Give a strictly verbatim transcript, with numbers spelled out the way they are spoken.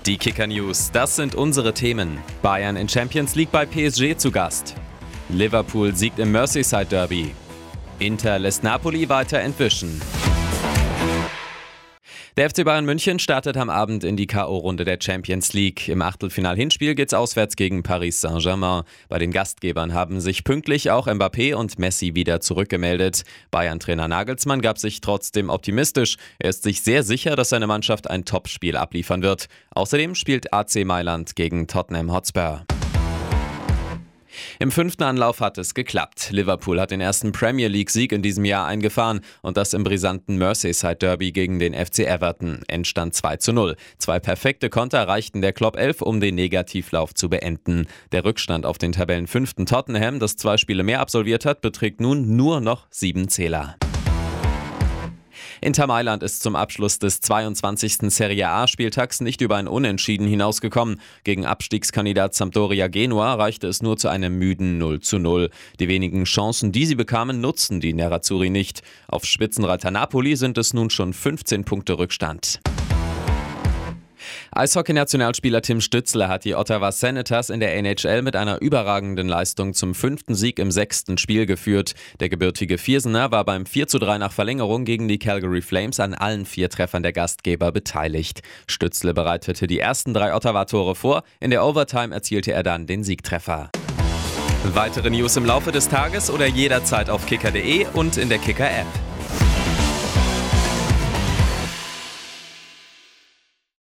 Die Kicker News, das sind unsere Themen. Bayern in Champions League bei P S G zu Gast. Liverpool siegt im Merseyside Derby. Inter lässt Napoli weiter entwischen. Der F C Bayern München startet am Abend in die K O-Runde der Champions League. Im Achtelfinal-Hinspiel geht's auswärts gegen Paris Saint-Germain. Bei den Gastgebern haben sich pünktlich auch Mbappé und Messi wieder zurückgemeldet. Bayern-Trainer Nagelsmann gab sich trotzdem optimistisch. Er ist sich sehr sicher, dass seine Mannschaft ein Topspiel abliefern wird. Außerdem spielt A C Mailand gegen Tottenham Hotspur. Im fünften Anlauf hat es geklappt. Liverpool hat den ersten Premier League-Sieg in diesem Jahr eingefahren und das im brisanten Merseyside Derby gegen den F C Everton. Endstand zwei zu null. Zwei perfekte Konter reichten der Club elf, um den Negativlauf zu beenden. Der Rückstand auf den Tabellenfünften Tottenham, das zwei Spiele mehr absolviert hat, beträgt nun nur noch sieben Zähler. Inter Mailand ist zum Abschluss des zweiundzwanzigsten Serie A-Spieltags nicht über ein Unentschieden hinausgekommen. Gegen Abstiegskandidat Sampdoria Genua reichte es nur zu einem müden null zu null. Die wenigen Chancen, die sie bekamen, nutzten die Nerazzurri nicht. Auf Spitzenreiter Napoli sind es nun schon fünfzehn Punkte Rückstand. Eishockey-Nationalspieler Tim Stützle hat die Ottawa Senators in der N H L mit einer überragenden Leistung zum fünften Sieg im sechsten Spiel geführt. Der gebürtige Viersener war beim vier zu drei nach Verlängerung gegen die Calgary Flames an allen vier Treffern der Gastgeber beteiligt. Stützle bereitete die ersten drei Ottawa-Tore vor. In der Overtime erzielte er dann den Siegtreffer. Weitere News im Laufe des Tages oder jederzeit auf kicker punkt de und in der Kicker-App.